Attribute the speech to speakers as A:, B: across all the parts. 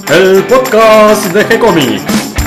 A: El podcast de G-Comics.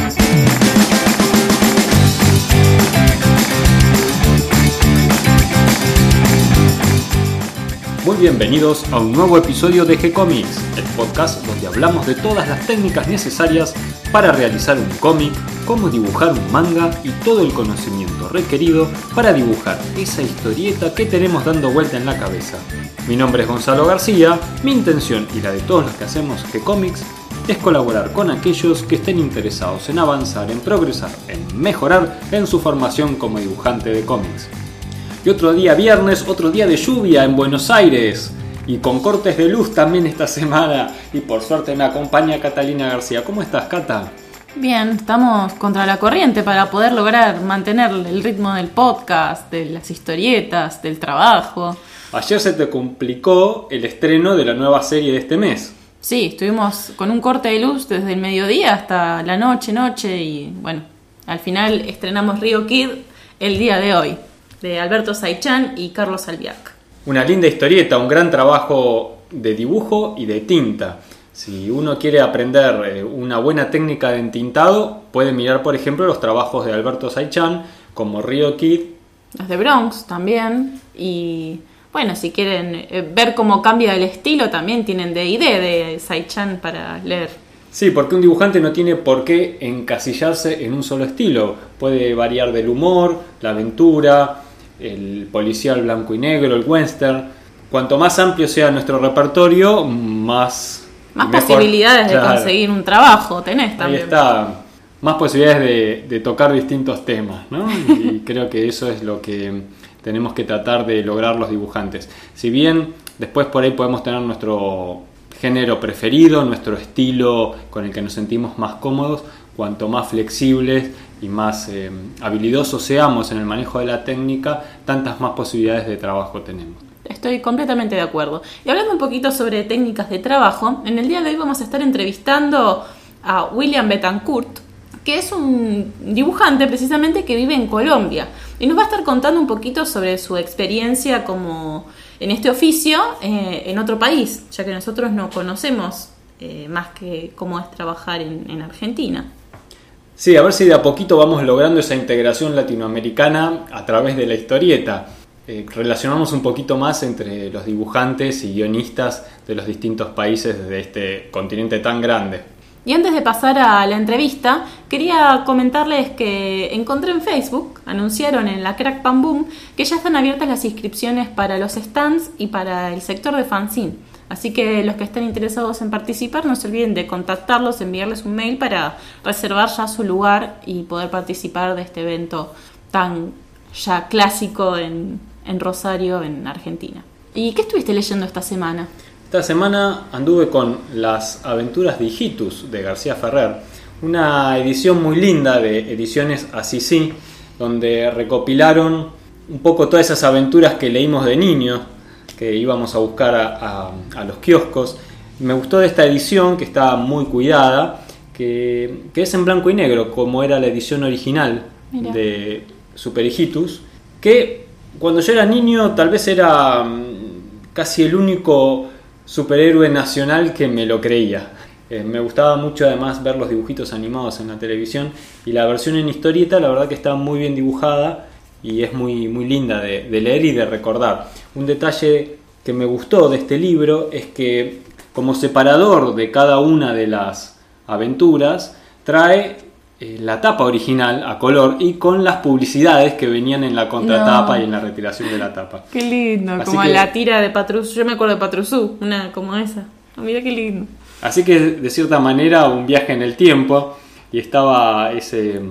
A: Muy bienvenidos a un nuevo episodio de G-Comics, el podcast donde hablamos de todas las técnicas necesarias para realizar un cómic, cómo dibujar un manga y todo el conocimiento requerido para dibujar esa historieta que tenemos dando vuelta en la cabeza. Mi nombre es Gonzalo García, mi intención y la de todos los que hacemos G-Comics es colaborar con aquellos que estén interesados en avanzar, en progresar, en mejorar en su formación como dibujante de cómics. Y otro día viernes, otro día de lluvia en Buenos Aires y con cortes de luz también esta semana, y por suerte me acompaña Catalina García. ¿Cómo estás, Cata?
B: Bien, estamos contra la corriente para poder lograr mantener el ritmo del podcast, de las historietas, del trabajo.
A: Ayer se te complicó el estreno de la nueva serie de este mes.
B: Sí, estuvimos con un corte de luz desde el mediodía hasta la noche y bueno, al final estrenamos Rio Kid el día de hoy, de Alberto Saichan y Carlos Albiac.
A: Una linda historieta, un gran trabajo de dibujo y de tinta. Si uno quiere aprender una buena técnica de entintado, puede mirar, por ejemplo, los trabajos de Alberto Saichan, como Rio Kid.
B: Los de Bronx también. Y bueno, si quieren ver cómo cambia el estilo, también tienen D&D de Saichan para leer.
A: Sí, porque un dibujante no tiene por qué encasillarse en un solo estilo. Puede variar del humor, la aventura, el policial blanco y negro, el western. Cuanto más amplio sea nuestro repertorio, más mejor,
B: posibilidades de conseguir un trabajo tenés también.
A: Ahí está, más posibilidades de tocar distintos temas, ¿no? Y creo que eso es lo que tenemos que tratar de lograr los dibujantes. Si bien después por ahí podemos tener nuestro género preferido, nuestro estilo con el que nos sentimos más cómodos, cuanto más flexibles y más habilidosos seamos en el manejo de la técnica, tantas más posibilidades de trabajo tenemos.
B: Estoy completamente de acuerdo. Y hablando un poquito sobre técnicas de trabajo, en el día de hoy vamos a estar entrevistando a William Betancourt, que es un dibujante precisamente que vive en Colombia. Y nos va a estar contando un poquito sobre su experiencia como en este oficio en otro país, ya que nosotros no conocemos más que cómo es trabajar en Argentina.
A: Sí, a ver si de a poquito vamos logrando esa integración latinoamericana a través de la historieta. Relacionamos un poquito más entre los dibujantes y guionistas de los distintos países de este continente tan grande.
B: Y antes de pasar a la entrevista, quería comentarles que encontré en Facebook, anunciaron en la Crack Bam Boom, que ya están abiertas las inscripciones para los stands y para el sector de fanzine. Así que los que estén interesados en participar, no se olviden de contactarlos, enviarles un mail para reservar ya su lugar y poder participar de este evento tan ya clásico en Rosario, en Argentina. ¿Y qué estuviste leyendo esta semana?
A: Esta semana anduve con Las aventuras de Hijitus de García Ferrer, una edición muy linda de Ediciones Assisi, donde recopilaron un poco todas esas aventuras que leímos de niños, que íbamos a buscar a los kioscos. Me gustó de esta edición, que está muy cuidada, que es en blanco y negro, como era la edición original. Mira. De Super Hijitus, que cuando yo era niño tal vez era casi el único superhéroe nacional que me lo creía. Me gustaba mucho además ver los dibujitos animados en la televisión, y la versión en historieta la verdad que está muy bien dibujada y es muy, muy linda de leer y de recordar. Un detalle que me gustó de este libro es que como separador de cada una de las aventuras trae la tapa original a color y con las publicidades que venían en la contratapa y en la retiración de la tapa.
B: Qué lindo, así como la tira de Patrusú. Yo me acuerdo de Patrusú, una como esa. Oh, mira qué lindo.
A: Así que de cierta manera un viaje en el tiempo, y estaba ese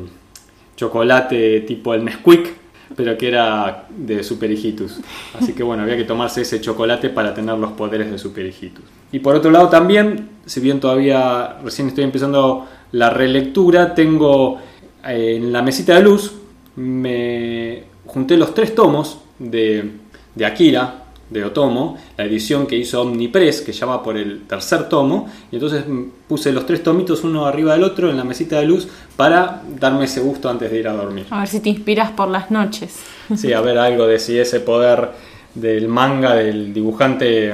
A: chocolate tipo el Nesquik, pero que era de Super Hijitus. Así que bueno, había que tomarse ese chocolate para tener los poderes de Super Hijitus. Y por otro lado también, si bien todavía recién estoy empezando la relectura, tengo en la mesita de luz, me junté los 3 tomos de Akira, de Otomo, la edición que hizo Omnipress, que ya va por el 3er tomo, y entonces puse los 3 tomitos uno arriba del otro en la mesita de luz para darme ese gusto antes de ir a dormir.
B: A ver si te inspiras por las noches.
A: Sí, a ver algo de si ese poder del manga, del dibujante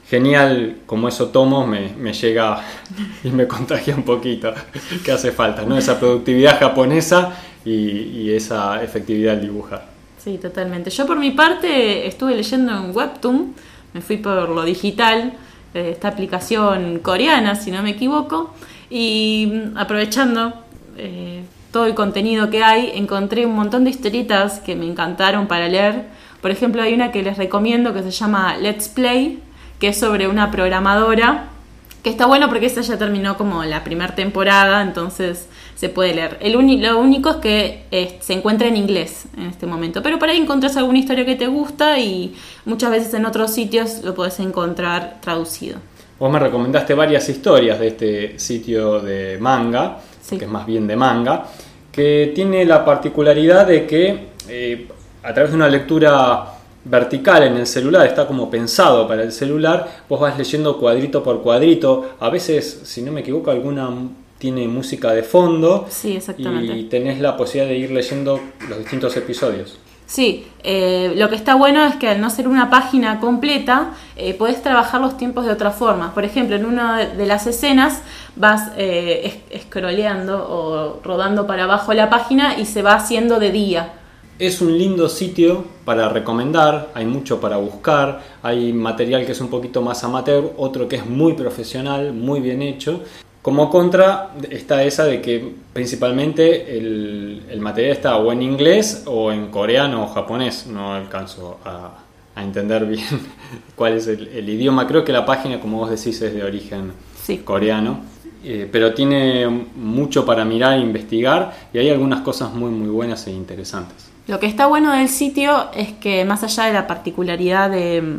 A: genial como eso tomo, me llega y me contagia un poquito que hace falta, ¿no? Esa productividad japonesa y esa efectividad al dibujar.
B: Sí, totalmente. Yo por mi parte estuve leyendo en Webtoon, me fui por lo digital, esta aplicación coreana, si no me equivoco, y aprovechando todo el contenido que hay, encontré un montón de historietas que me encantaron para leer. Por ejemplo, hay una que les recomiendo que se llama Let's Play, que es sobre una programadora, que está bueno porque esa ya terminó como la primera temporada, entonces se puede leer. Lo único es que se encuentra en inglés en este momento, pero por ahí encontrás alguna historia que te gusta y muchas veces en otros sitios lo podés encontrar traducido.
A: Vos me recomendaste varias historias de este sitio de manga,
B: sí,
A: que es más bien de manga, que tiene la particularidad de que a través de una lectura vertical en el celular, está como pensado para el celular, vos vas leyendo cuadrito por cuadrito, a veces, si no me equivoco, alguna tiene música de fondo.
B: Sí, exactamente.
A: Y tenés la posibilidad de ir leyendo los distintos episodios.
B: Sí, lo que está bueno es que al no ser una página completa, podés trabajar los tiempos de otra forma. Por ejemplo, en una de las escenas vas scrolleando o rodando para abajo la página y se va haciendo de día.
A: Es un lindo sitio para recomendar, hay mucho para buscar, hay material que es un poquito más amateur, otro que es muy profesional, muy bien hecho. Como contra está esa de que principalmente el material está o en inglés o en coreano o japonés. No alcanzo a entender bien cuál es el idioma. Creo que la página, como vos decís, es de origen coreano. Pero tiene mucho para mirar e investigar y hay algunas cosas muy muy buenas e interesantes.
B: Lo que está bueno del sitio es que más allá de la particularidad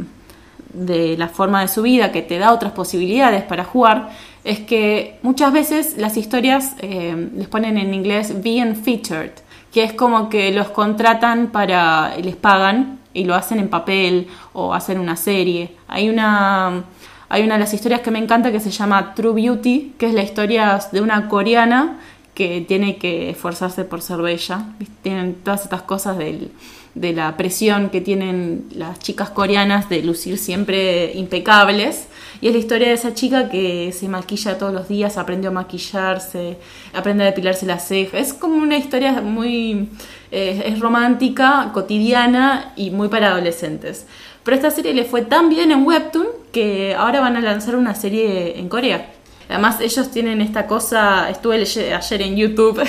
B: de la forma de su vida, que te da otras posibilidades para jugar, es que muchas veces las historias les ponen en inglés being featured, que es como que los contratan les pagan y lo hacen en papel o hacen una serie. Hay una de las historias que me encanta que se llama True Beauty, que es la historia de una coreana que tiene que esforzarse por ser bella. Tienen todas estas cosas de la presión que tienen las chicas coreanas de lucir siempre impecables. Y es la historia de esa chica que se maquilla todos los días, aprendió a maquillarse, aprende a depilarse las cejas. Es como una historia muy es romántica, cotidiana y muy para adolescentes. Pero esta serie le fue tan bien en Webtoon que ahora van a lanzar una serie en Corea. Además ellos tienen esta cosa, estuve ayer en YouTube,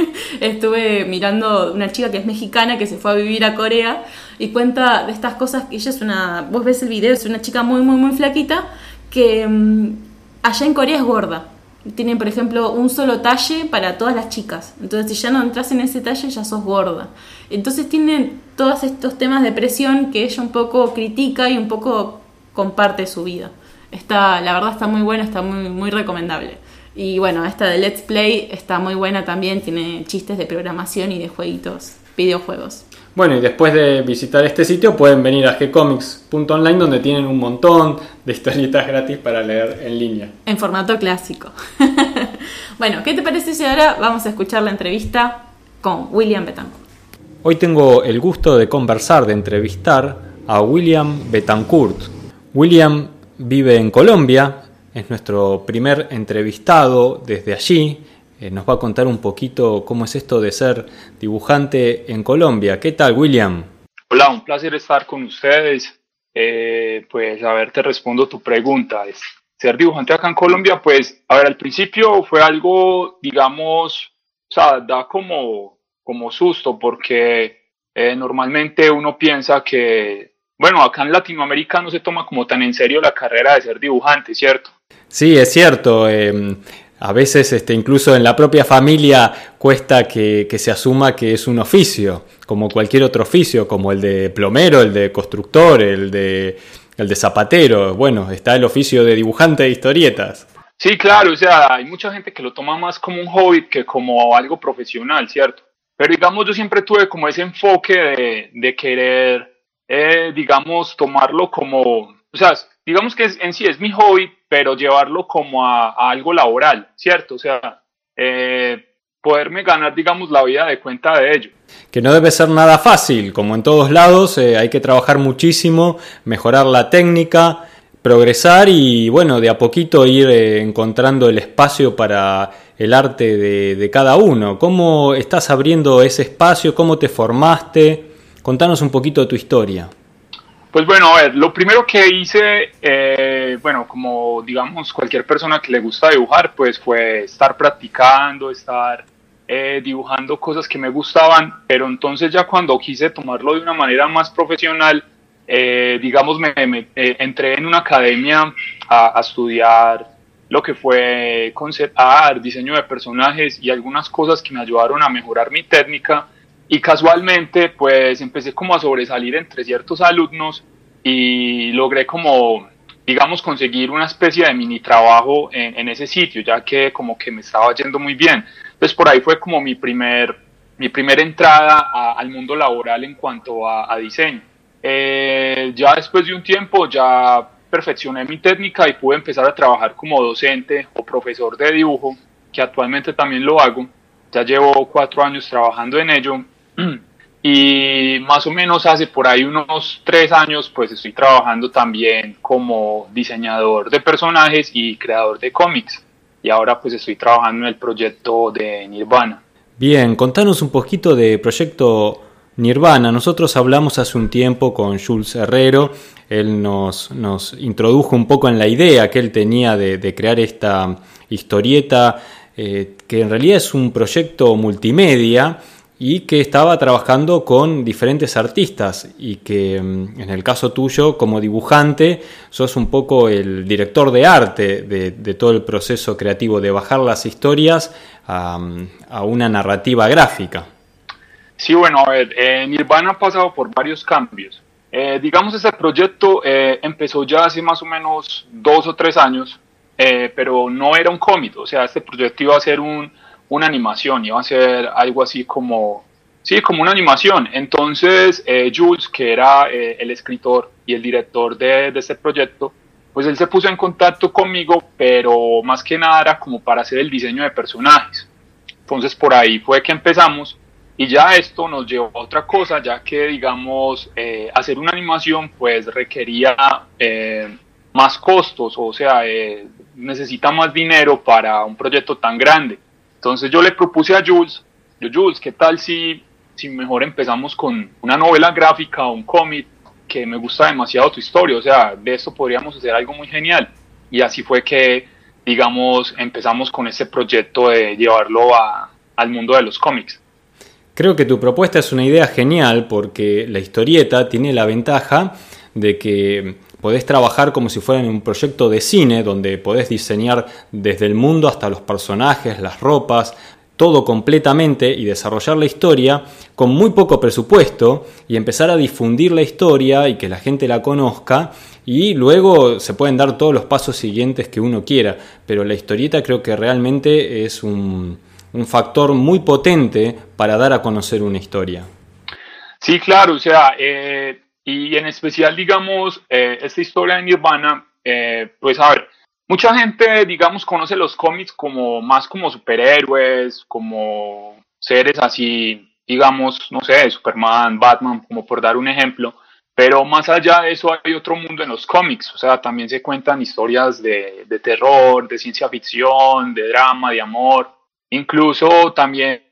B: estuve mirando una chica que es mexicana que se fue a vivir a Corea y cuenta de estas cosas que ella vos ves el video, es una chica muy muy muy flaquita que allá en Corea es gorda. Tienen, por ejemplo, un solo talle para todas las chicas. Entonces, si ya no entras en ese talle, ya sos gorda. Entonces, tienen todos estos temas de presión que ella un poco critica y un poco comparte su vida. La verdad está muy buena, está muy, muy recomendable. Y bueno, esta de Let's Play está muy buena también. Tiene chistes de programación y de videojuegos.
A: Bueno, y después de visitar este sitio pueden venir a gcomics.online donde tienen un montón de historietas gratis para leer en línea.
B: En formato clásico. Bueno, ¿qué te parece si ahora vamos a escuchar la entrevista con William Betancourt?
A: Hoy tengo el gusto de conversar, de entrevistar a William Betancourt. William vive en Colombia, es nuestro primer entrevistado desde allí. Nos va a contar un poquito cómo es esto de ser dibujante en Colombia. ¿Qué tal, William?
C: Hola, un placer estar con ustedes. Pues, a ver, te respondo tu pregunta. Ser dibujante acá en Colombia, pues, a ver, al principio fue algo, digamos, o sea, da como susto, porque normalmente uno piensa que, bueno, acá en Latinoamérica no se toma como tan en serio la carrera de ser dibujante, ¿cierto?
A: Sí, es cierto. A veces incluso en la propia familia cuesta que se asuma que es un oficio, como cualquier otro oficio, como el de plomero, el de constructor, el de zapatero. Bueno, está el oficio de dibujante de historietas.
C: Sí, claro, o sea, hay mucha gente que lo toma más como un hobby que como algo profesional, ¿cierto? Pero digamos, yo siempre tuve como ese enfoque de querer, digamos, tomarlo como, o sea, digamos que en sí es mi hobby, pero llevarlo como a algo laboral, ¿cierto? O sea, poderme ganar, digamos, la vida de cuenta de ello.
A: Que no debe ser nada fácil, como en todos lados, hay que trabajar muchísimo, mejorar la técnica, progresar y bueno, de a poquito ir encontrando el espacio para el arte de cada uno. ¿Cómo estás abriendo ese espacio? ¿Cómo te formaste? Contanos un poquito de tu historia.
C: Pues bueno, a ver, lo primero que hice, bueno, como digamos cualquier persona que le gusta dibujar, pues fue estar practicando, estar dibujando cosas que me gustaban, pero entonces ya cuando quise tomarlo de una manera más profesional, digamos, entré en una academia a estudiar lo que fue concept art, diseño de personajes y algunas cosas que me ayudaron a mejorar mi técnica. Y casualmente, pues empecé como a sobresalir entre ciertos alumnos y logré como, digamos, conseguir una especie de mini trabajo en ese sitio, ya que como que me estaba yendo muy bien. Entonces por ahí fue como mi primera entrada al mundo laboral en cuanto a diseño. Ya después de un tiempo ya perfeccioné mi técnica y pude empezar a trabajar como docente o profesor de dibujo, que actualmente también lo hago. Ya llevo 4 años trabajando en ello y más o menos hace por ahí unos 3 años pues estoy trabajando también como diseñador de personajes y creador de cómics y ahora pues estoy trabajando en el proyecto de Nirvana.
A: Bien, contanos un poquito de proyecto Nirvana. Nosotros hablamos hace un tiempo con Jules Herrero. Él nos introdujo un poco en la idea que él tenía de crear esta historieta, que en realidad es un proyecto multimedia y que estaba trabajando con diferentes artistas y que en el caso tuyo como dibujante sos un poco el director de arte de todo el proceso creativo, de bajar las historias a una narrativa gráfica.
C: Sí, bueno, a ver, Nirvana ha pasado por varios cambios. Digamos, este proyecto empezó ya hace más o menos 2 o 3 años, pero no era un cómic, o sea, este proyecto iba a ser una animación, iba a ser algo así como, sí, como una animación. Entonces, Jules, que era el escritor y el director de este proyecto, pues él se puso en contacto conmigo, pero más que nada era como para hacer el diseño de personajes. Entonces, por ahí fue que empezamos. Y ya esto nos llevó a otra cosa, ya que, digamos, hacer una animación pues requería más costos, o sea, necesita más dinero para un proyecto tan grande. Entonces yo le propuse a Jules, Jules, ¿qué tal si mejor empezamos con una novela gráfica o un cómic que me gusta demasiado tu historia? O sea, de esto podríamos hacer algo muy genial. Y así fue que, digamos, empezamos con este proyecto de llevarlo al mundo de los cómics.
A: Creo que tu propuesta es una idea genial porque la historieta tiene la ventaja de que podés trabajar como si fuera en un proyecto de cine donde podés diseñar desde el mundo hasta los personajes, las ropas, todo completamente y desarrollar la historia con muy poco presupuesto y empezar a difundir la historia y que la gente la conozca y luego se pueden dar todos los pasos siguientes que uno quiera, pero la historieta creo que realmente es un factor muy potente para dar a conocer una historia.
C: Sí, claro, o sea, y en especial, digamos, esta historia de Nirvana, pues a ver, mucha gente, digamos, conoce los cómics como más como superhéroes, como seres así, digamos, no sé, Superman, Batman, como por dar un ejemplo, pero más allá de eso hay otro mundo en los cómics, o sea, también se cuentan historias de terror, de ciencia ficción, de drama, de amor. Incluso también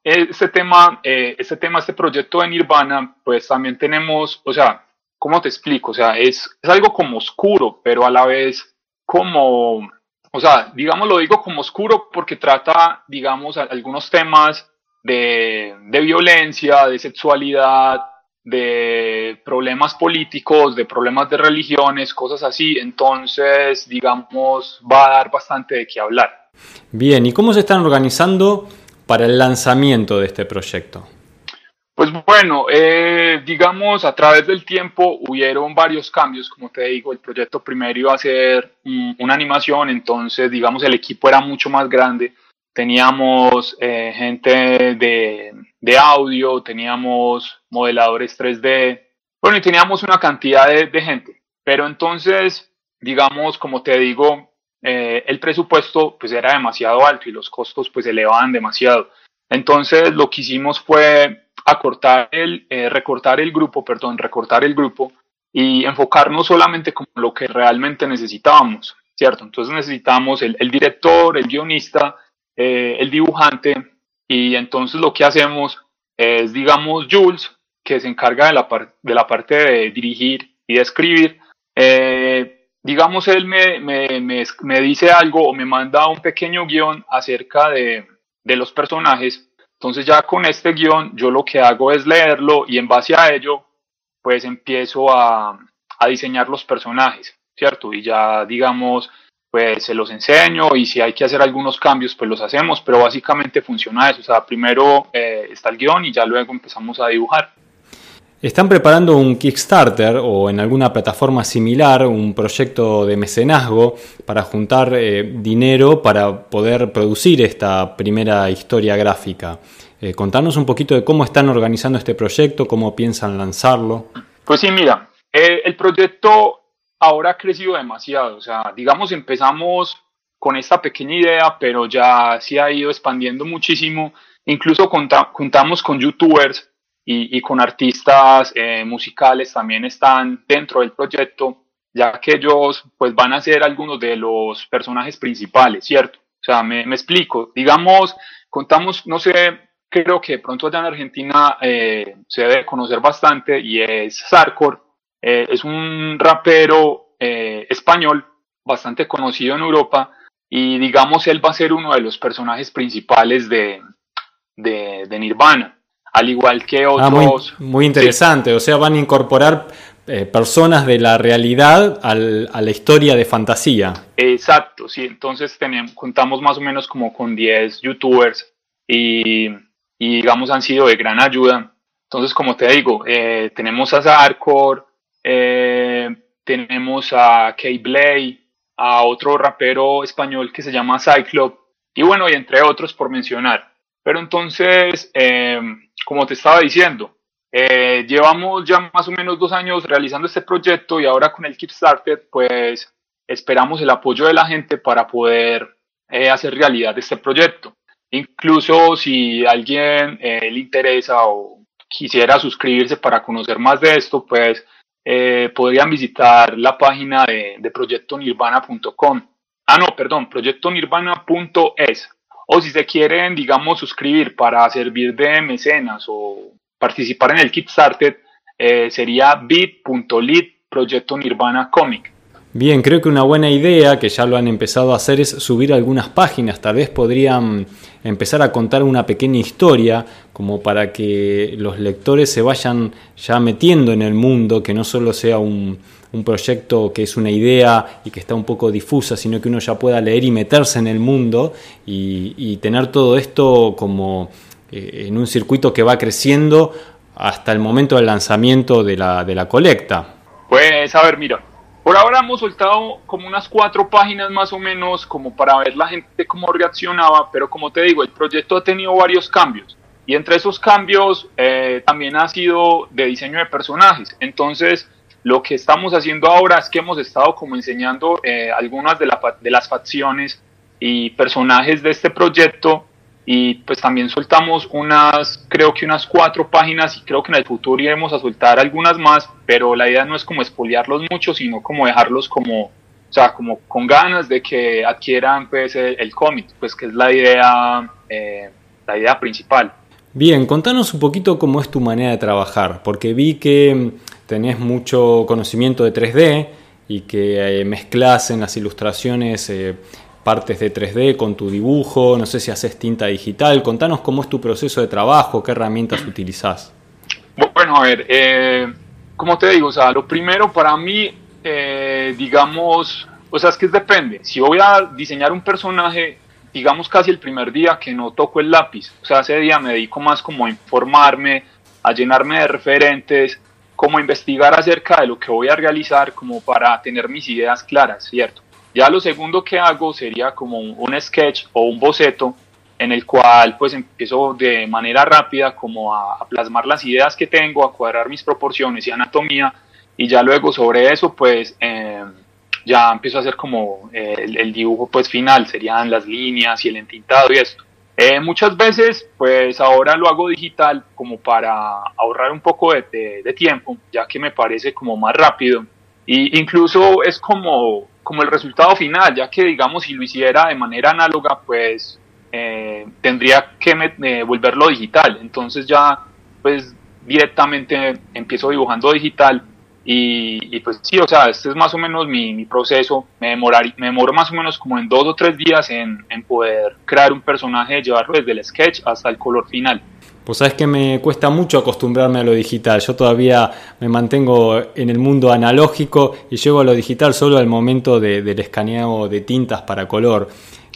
C: este proyecto de Nirvana, pues también tenemos, o sea, ¿cómo te explico? O sea, es algo como oscuro, pero a la vez como, o sea, digamos, lo digo como oscuro porque trata, digamos, algunos temas de violencia, de sexualidad, de problemas políticos, de problemas de religiones, cosas así. Entonces, digamos, va a dar bastante de qué hablar.
A: Bien, ¿y cómo se están organizando para el lanzamiento de este proyecto?
C: Pues bueno, digamos, a través del tiempo hubieron varios cambios, como te digo, el proyecto primero iba a ser una animación, entonces, digamos, el equipo era mucho más grande, teníamos gente de audio, teníamos modeladores 3D, bueno, y teníamos una cantidad de gente, pero entonces, digamos, como te digo, el presupuesto pues era demasiado alto y los costos pues se elevaban demasiado. Entonces lo que hicimos fue recortar el grupo y enfocarnos solamente como lo que realmente necesitábamos, ¿cierto? Entonces necesitamos el director, el guionista, el dibujante, y entonces lo que hacemos es, digamos, Jules, que se encarga de la parte de dirigir y de escribir, digamos, él me dice algo o me manda un pequeño guión acerca de los personajes. Entonces ya con este guión yo lo que hago es leerlo y en base a ello pues empiezo a diseñar los personajes, ¿cierto? Y ya digamos pues se los enseño y si hay que hacer algunos cambios pues los hacemos, pero básicamente funciona eso, o sea, primero está el guión y ya luego empezamos a dibujar.
A: ¿Están preparando un Kickstarter o en alguna plataforma similar un proyecto de mecenazgo para juntar dinero para poder producir esta primera historia gráfica? Contanos un poquito de cómo están organizando este proyecto, cómo piensan lanzarlo.
C: Pues sí, mira, el proyecto ahora ha crecido demasiado, o sea, digamos empezamos con esta pequeña idea, pero ya se ha ido expandiendo muchísimo, incluso contamos con youtubers y con artistas musicales también están dentro del proyecto, ya que ellos pues van a ser algunos de los personajes principales, ¿cierto? O sea, me explico, digamos, contamos, no sé, creo que de pronto allá en Argentina se debe conocer bastante y es Sarkor, es un rapero español bastante conocido en Europa y digamos él va a ser uno de los personajes principales de Nirvana. Al igual que otros...
A: Muy interesante, sí. O sea, van a incorporar personas de la realidad a la historia de fantasía.
C: Exacto, sí, entonces contamos más o menos como con 10 youtubers y digamos han sido de gran ayuda. Entonces, como te digo, tenemos a Sarkor, tenemos a K-Blay, a otro rapero español que se llama Cyclop, y bueno, y entre otros por mencionar. Pero entonces... como te estaba diciendo, llevamos ya más o menos 2 años realizando este proyecto y ahora con el Kickstarter pues esperamos el apoyo de la gente para poder hacer realidad este proyecto. Incluso si a alguien le interesa o quisiera suscribirse para conocer más de esto, pues podrían visitar la página de proyectonirvana.com. proyectonirvana.es. O si se quieren, digamos, suscribir para servir de mecenas o participar en el Kickstarter, sería bit.ly Proyecto Nirvana Comic.
A: Bien, creo que una buena idea, que ya lo han empezado a hacer, es subir algunas páginas. Tal vez podrían empezar a contar una pequeña historia, como para que los lectores se vayan ya metiendo en el mundo, que no solo sea un proyecto que es una idea y que está un poco difusa, sino que uno ya pueda leer y meterse en el mundo y tener todo esto como en un circuito que va creciendo hasta el momento del lanzamiento de la colecta.
C: Pues a ver, mira, por ahora hemos soltado como unas 4 páginas más o menos como para ver la gente cómo reaccionaba, pero como te digo, el proyecto ha tenido varios cambios y entre esos cambios también ha sido de diseño de personajes. Entonces lo que estamos haciendo ahora es que hemos estado como enseñando algunas de las facciones y personajes de este proyecto y pues también soltamos creo que unas 4 páginas y creo que en el futuro iremos a soltar algunas más, pero la idea no es como espoliarlos mucho, sino como dejarlos como, o sea, como con ganas de que adquieran pues el cómic, pues que es la idea principal.
A: Bien, contanos un poquito cómo es tu manera de trabajar, porque vi que tenés mucho conocimiento de 3D y que mezclás en las ilustraciones partes de 3D con tu dibujo, no sé si haces tinta digital. Contanos cómo es tu proceso de trabajo, qué herramientas utilizás.
C: Bueno, a ver, como te digo, o sea, lo primero para mí, digamos, o sea, es que depende. Si voy a diseñar un personaje, digamos casi el primer día que no toco el lápiz, o sea, ese día me dedico más como a informarme, a llenarme de referentes, como a investigar acerca de lo que voy a realizar, como para tener mis ideas claras, ¿cierto? Ya lo segundo que hago sería como un sketch o un boceto en el cual pues empiezo de manera rápida como a plasmar las ideas que tengo, a cuadrar mis proporciones y anatomía, y ya luego sobre eso pues ya empiezo a hacer como el dibujo pues final, serían las líneas y el entintado y esto. Muchas veces, pues ahora lo hago digital como para ahorrar un poco de tiempo, ya que me parece como más rápido. Y incluso es como el resultado final, ya que digamos si lo hiciera de manera análoga, pues tendría que volverlo digital. Entonces ya pues directamente empiezo dibujando digital y pues sí, o sea, este es más o menos mi proceso. Me demoro más o menos como en 2 o 3 días en poder crear un personaje, llevarlo desde el sketch hasta el color final.
A: Pues sabes que me cuesta mucho acostumbrarme a lo digital. Yo todavía me mantengo en el mundo analógico y llego a lo digital solo al momento del escaneado de tintas para color.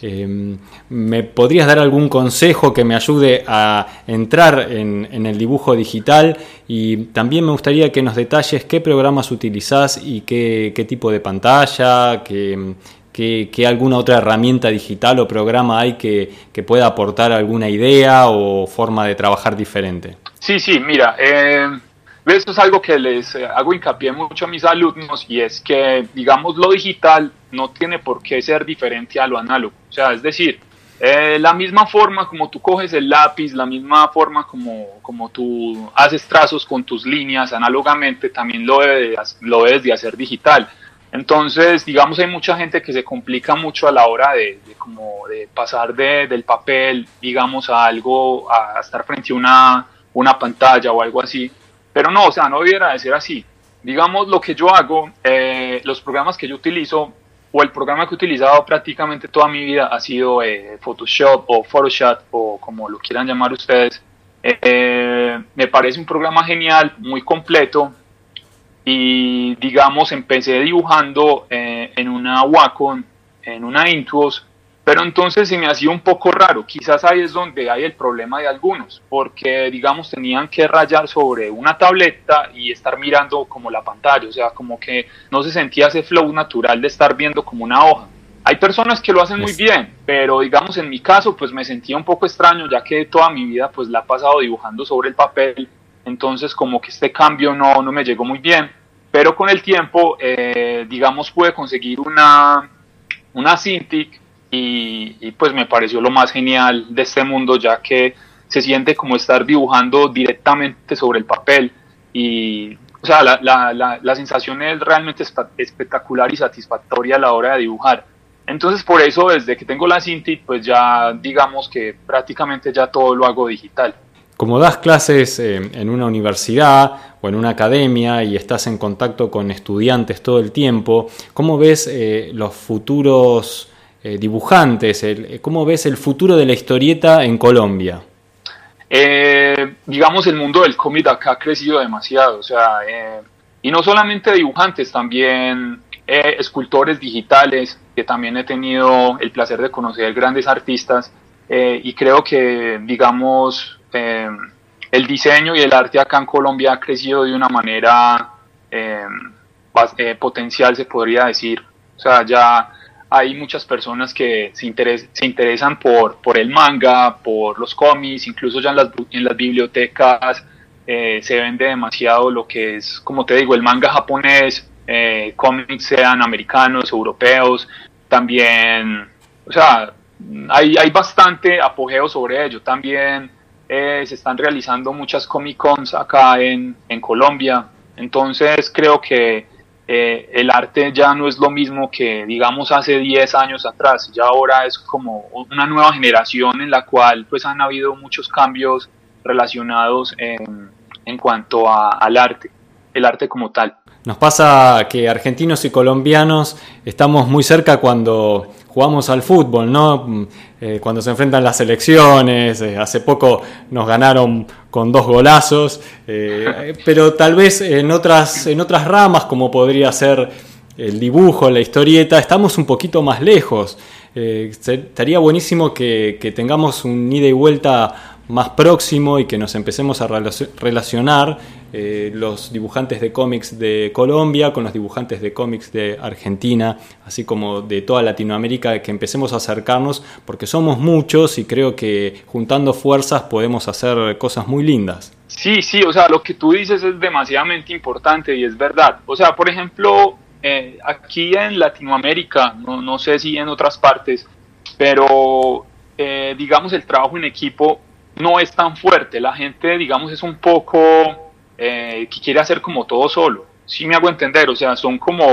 A: ¿Me podrías dar algún consejo que me ayude a entrar en el dibujo digital? Y también me gustaría que nos detalles qué programas utilizás y qué tipo de pantalla, ¿qué alguna otra herramienta digital o programa hay que pueda aportar alguna idea o forma de trabajar diferente?
C: Sí, mira, esto es algo que les hago hincapié mucho a mis alumnos, y es que, digamos, lo digital no tiene por qué ser diferente a lo análogo. O sea, es decir, la misma forma como tú coges el lápiz, la misma forma como tú haces trazos con tus líneas análogamente, también lo debes de hacer digital. Entonces, digamos, hay mucha gente que se complica mucho a la hora de pasar del papel, digamos, a algo, a estar frente a una pantalla o algo así. Pero no, o sea, no debiera de ser así. Digamos, lo que yo hago, los programas que yo utilizo, o el programa que he utilizado prácticamente toda mi vida ha sido Photoshop o Photoshop, o como lo quieran llamar ustedes. Me parece un programa genial, muy completo. Y digamos, empecé dibujando en una Wacom, en una Intuos, pero entonces se me hacía un poco raro. Quizás ahí es donde hay el problema de algunos, porque digamos tenían que rayar sobre una tableta y estar mirando como la pantalla, o sea, como que no se sentía ese flow natural de estar viendo como una hoja. Hay personas que lo hacen muy bien, pero digamos en mi caso pues me sentía un poco extraño, ya que toda mi vida pues la he pasado dibujando sobre el papel. Entonces como que este cambio no me llegó muy bien, pero con el tiempo digamos pude conseguir una Cintiq, y pues me pareció lo más genial de este mundo, ya que se siente como estar dibujando directamente sobre el papel, y o sea, la sensación es realmente espectacular y satisfactoria a la hora de dibujar. Entonces por eso desde que tengo la Cintiq pues ya digamos que prácticamente ya todo lo hago digital.
A: Como das clases en una universidad o en una academia y estás en contacto con estudiantes todo el tiempo, ¿cómo ves los futuros dibujantes? ¿Cómo ves el futuro de la historieta en Colombia?
C: Digamos, el mundo del cómic acá ha crecido demasiado, o sea, y no solamente dibujantes, también escultores digitales, que también he tenido el placer de conocer grandes artistas, y creo que, digamos, el diseño y el arte acá en Colombia ha crecido de una manera potencial, se podría decir. O sea, ya hay muchas personas que se interesan por el manga, por los cómics, incluso ya en las bibliotecas se vende demasiado lo que es, como te digo, el manga japonés, cómics sean americanos, europeos, también, o sea, hay bastante apogeo sobre ello. También se están realizando muchas Comic Cons acá en Colombia, entonces creo que el arte ya no es lo mismo que digamos hace 10 años atrás. Ya ahora es como una nueva generación en la cual pues han habido muchos cambios relacionados en cuanto al arte, el arte como tal.
A: Nos pasa que argentinos y colombianos estamos muy cerca cuando jugamos al fútbol, ¿no? Cuando se enfrentan las selecciones, hace poco nos ganaron con 2 golazos, pero tal vez en otras ramas, como podría ser el dibujo, la historieta, estamos un poquito más lejos. Estaría buenísimo que tengamos un ida y vuelta más próximo y que nos empecemos a relacionar los dibujantes de cómics de Colombia con los dibujantes de cómics de Argentina, así como de toda Latinoamérica, que empecemos a acercarnos porque somos muchos y creo que juntando fuerzas podemos hacer cosas muy lindas.
C: Sí, o sea, lo que tú dices es demasiadamente importante y es verdad. O sea, por ejemplo, aquí en Latinoamérica, no sé si en otras partes, pero digamos, el trabajo en equipo no es tan fuerte. La gente, digamos, es un poco que quiere hacer como todo solo. Sí me hago entender, o sea, son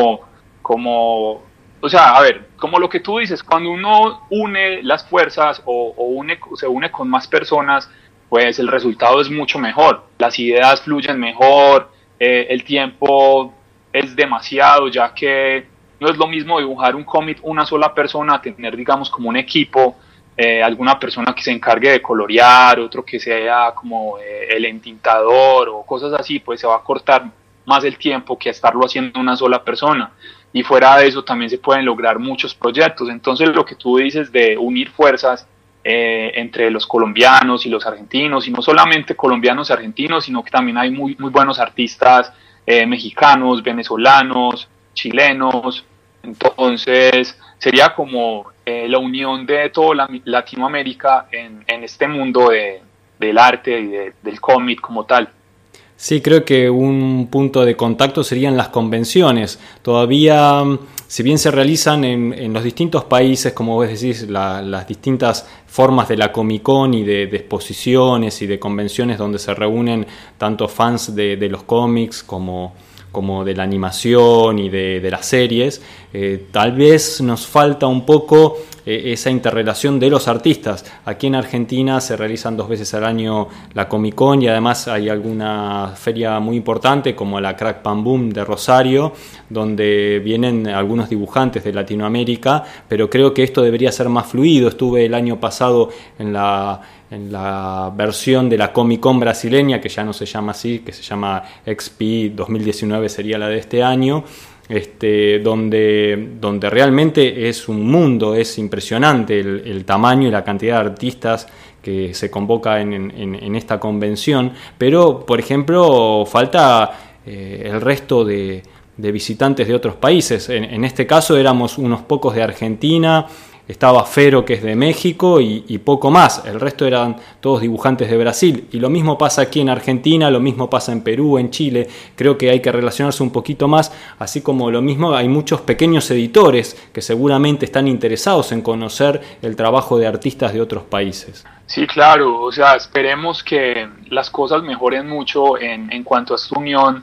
C: o sea, a ver, como lo que tú dices, cuando uno une las fuerzas se une con más personas, pues el resultado es mucho mejor. Las ideas fluyen mejor, el tiempo es demasiado, ya que no es lo mismo dibujar un cómic una sola persona, tener, digamos, como un equipo, alguna persona que se encargue de colorear, otro que sea como el entintador o cosas así, pues se va a cortar más el tiempo que estarlo haciendo una sola persona. Y fuera de eso también se pueden lograr muchos proyectos. Entonces lo que tú dices de unir fuerzas entre los colombianos y los argentinos, y no solamente colombianos y argentinos, sino que también hay muy, muy buenos artistas mexicanos, venezolanos, chilenos. Entonces sería como la unión de toda Latinoamérica en este mundo del arte y del cómic como tal.
A: Sí, creo que un punto de contacto serían las convenciones. Todavía, si bien se realizan en los distintos países, como vos decís, las distintas formas de la Comic Con y de exposiciones y de convenciones donde se reúnen tanto fans de los cómics como de la animación y de las series, tal vez nos falta un poco esa interrelación de los artistas. Aquí en Argentina se realizan 2 veces al año la Comic Con y además hay alguna feria muy importante como la Crack Pan Boom de Rosario, donde vienen algunos dibujantes de Latinoamérica, pero creo que esto debería ser más fluido. Estuve el año pasado en la versión de la Comic Con brasileña, que ya no se llama así, que se llama XP 2019, sería la de este año, donde realmente es un mundo, es impresionante el tamaño y la cantidad de artistas que se convoca en esta convención, pero por ejemplo falta el resto de visitantes de otros países. En este caso éramos unos pocos de Argentina, estaba Fero, que es de México, y poco más. El resto eran todos dibujantes de Brasil. Y lo mismo pasa aquí en Argentina, lo mismo pasa en Perú, en Chile. Creo que hay que relacionarse un poquito más, así como lo mismo hay muchos pequeños editores que seguramente están interesados en conocer el trabajo de artistas de otros países.
C: Sí, claro. O sea, esperemos que las cosas mejoren mucho en cuanto a esta unión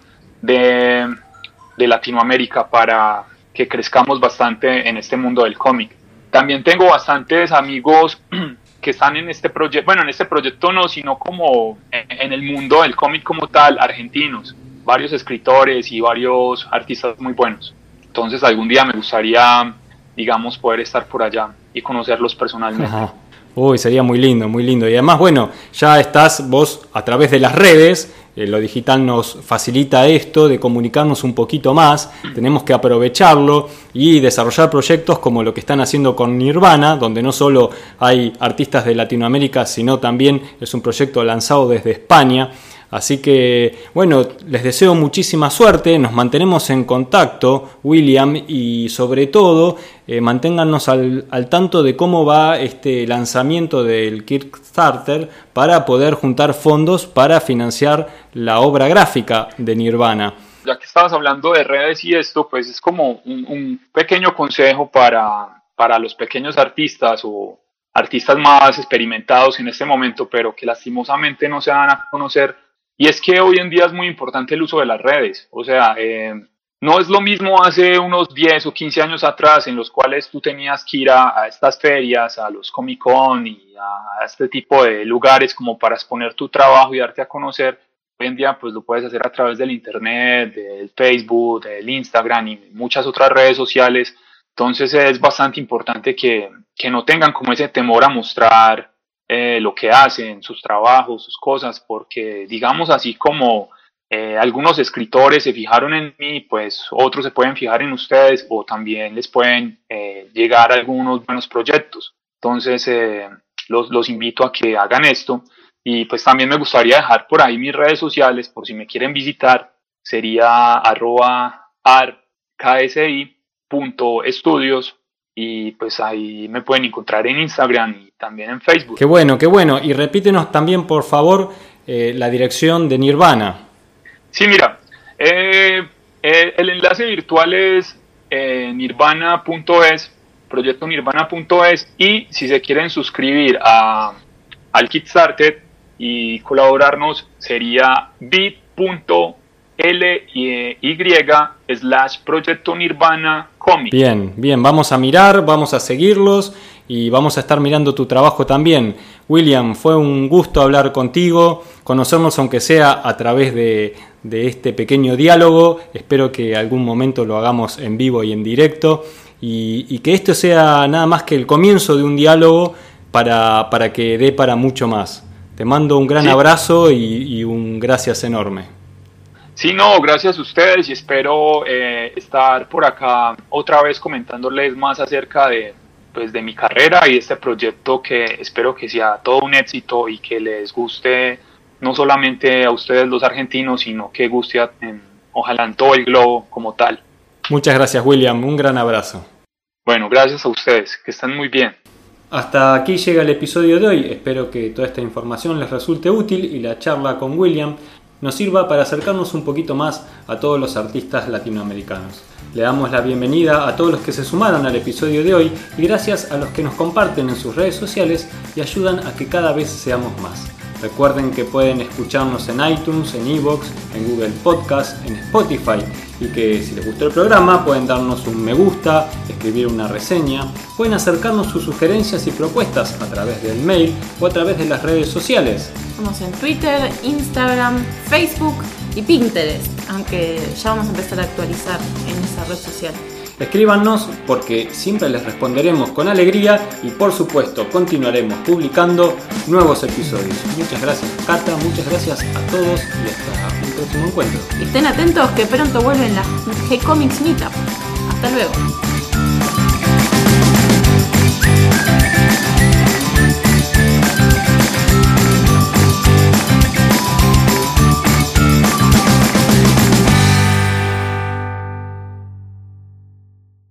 C: de Latinoamérica para que crezcamos bastante en este mundo del cómic. También tengo bastantes amigos que están en este proyecto, bueno, en este proyecto no, sino como en el mundo del cómic como tal, argentinos, varios escritores y varios artistas muy buenos. Entonces algún día me gustaría, digamos, poder estar por allá y conocerlos personalmente.
A: Ajá. Uy, sería muy lindo, muy lindo. Y además, bueno, ya estás vos a través de las redes, lo digital nos facilita esto de comunicarnos un poquito más, tenemos que aprovecharlo y desarrollar proyectos como lo que están haciendo con Nirvana, donde no solo hay artistas de Latinoamérica, sino también es un proyecto lanzado desde España. Así que, bueno, les deseo muchísima suerte, nos mantenemos en contacto, William, y sobre todo manténgannos al tanto de cómo va este lanzamiento del Kickstarter para poder juntar fondos para financiar la obra gráfica de Nirvana.
C: Ya que estabas hablando de redes y esto, pues es como un pequeño consejo para los pequeños artistas o artistas más experimentados en este momento, pero que lastimosamente no se dan a conocer. Y es que hoy en día es muy importante el uso de las redes. O sea, no es lo mismo hace unos 10 o 15 años atrás en los cuales tú tenías que ir a estas ferias, a los Comic Con y a este tipo de lugares como para exponer tu trabajo y darte a conocer. Hoy en día pues lo puedes hacer a través del internet, del Facebook, del Instagram y muchas otras redes sociales. Entonces es bastante importante que no tengan como ese temor a mostrar lo que hacen, sus trabajos, sus cosas, porque digamos así como algunos escritores se fijaron en mí, pues otros se pueden fijar en ustedes o también les pueden llegar algunos buenos proyectos. Entonces los invito a que hagan esto y pues también me gustaría dejar por ahí mis redes sociales por si me quieren visitar, sería @rksi.estudios y pues ahí me pueden encontrar en Instagram y también en Facebook.
A: Qué bueno, qué bueno. Y repítenos también, por favor, la dirección de Nirvana.
C: Sí, mira, el enlace virtual es nirvana.es. proyectonirvana.es, y si se quieren suscribir al Kickstarter y colaborarnos sería bit.ly/proyectonirvana-comic.
A: Bien, vamos a mirar, vamos a seguirlos y vamos a estar mirando tu trabajo también. William, fue un gusto hablar contigo, conocernos aunque sea a través de este pequeño diálogo. Espero que algún momento lo hagamos en vivo y en directo y que esto sea nada más que el comienzo de un diálogo para que dé para mucho más. Te mando un gran abrazo y un gracias enorme.
C: Sí, no, gracias a ustedes y espero estar por acá otra vez comentándoles más acerca de mi carrera y de este proyecto, que espero que sea todo un éxito y que les guste no solamente a ustedes los argentinos, sino que guste ojalá en todo el globo como tal.
A: Muchas gracias, William, un gran abrazo.
C: Bueno, gracias a ustedes, que estén muy bien.
A: Hasta aquí llega el episodio de hoy. Espero que toda esta información les resulte útil y la charla con William nos sirva para acercarnos un poquito más a todos los artistas latinoamericanos. Le damos la bienvenida a todos los que se sumaron al episodio de hoy y gracias a los que nos comparten en sus redes sociales y ayudan a que cada vez seamos más. Recuerden que pueden escucharnos en iTunes, en iVoox, en Google Podcast, en Spotify, y que si les gustó el programa pueden darnos un me gusta, escribir una reseña, pueden acercarnos sus sugerencias y propuestas a través del mail o a través de las redes sociales.
B: Estamos en Twitter, Instagram, Facebook y Pinterest, aunque ya vamos a empezar a actualizar en esa red social.
A: Escríbanos porque siempre les responderemos con alegría y por supuesto continuaremos publicando nuevos episodios. Muchas gracias, Cata, muchas gracias a todos y hasta un próximo encuentro.
B: Y estén atentos que pronto vuelven las G-Comics Meetup. Hasta luego.